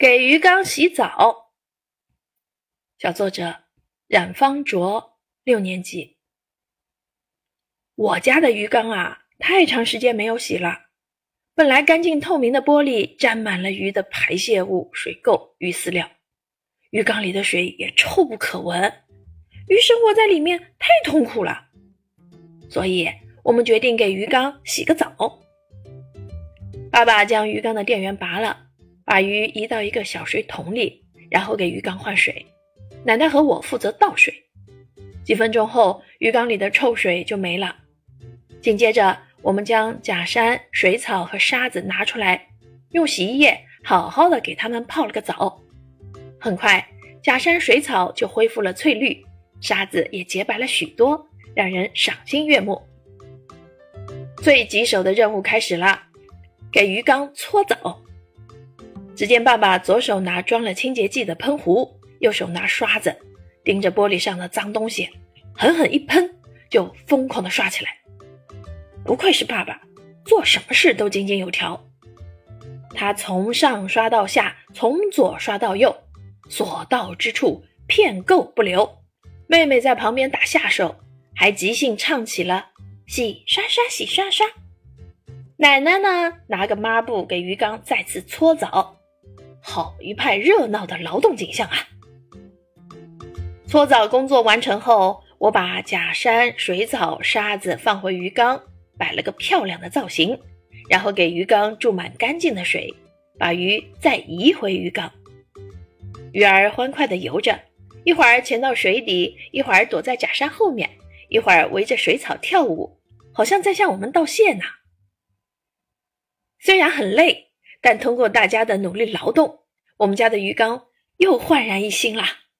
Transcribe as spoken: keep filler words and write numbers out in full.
给鱼缸洗澡。小作者冉方卓，六年级。我家的鱼缸啊，太长时间没有洗了。本来干净透明的玻璃沾满了鱼的排泄物、水垢、鱼饲料，鱼缸里的水也臭不可闻，鱼生活在里面太痛苦了。所以我们决定给鱼缸洗个澡。爸爸将鱼缸的电源拔了，把鱼移到一个小水桶里，然后给鱼缸换水。奶奶和我负责倒水。几分钟后，鱼缸里的臭水就没了。紧接着，我们将假山、水草和沙子拿出来，用洗衣液好好的给它们泡了个澡。很快，假山、水草就恢复了翠绿，沙子也洁白了许多，让人赏心悦目。最棘手的任务开始了，给鱼缸搓澡。只见爸爸左手拿装了清洁剂的喷壶，右手拿刷子，盯着玻璃上的脏东西，狠狠一喷，就疯狂地刷起来。不愧是爸爸，做什么事都井井有条。他从上刷到下，从左刷到右，所到之处片垢不留。妹妹在旁边打下手，还即兴唱起了洗刷刷洗刷刷。奶奶呢，拿个抹布给鱼缸再次搓澡，好一派热闹的劳动景象啊！搓澡工作完成后，我把假山、水草、沙子放回鱼缸，摆了个漂亮的造型，然后给鱼缸注满干净的水，把鱼再移回鱼缸。鱼儿欢快地游着，一会儿潜到水底，一会儿躲在假山后面，一会儿围着水草跳舞，好像在向我们道谢呢。虽然很累，但通过大家的努力劳动，我们家的鱼缸又焕然一新啦。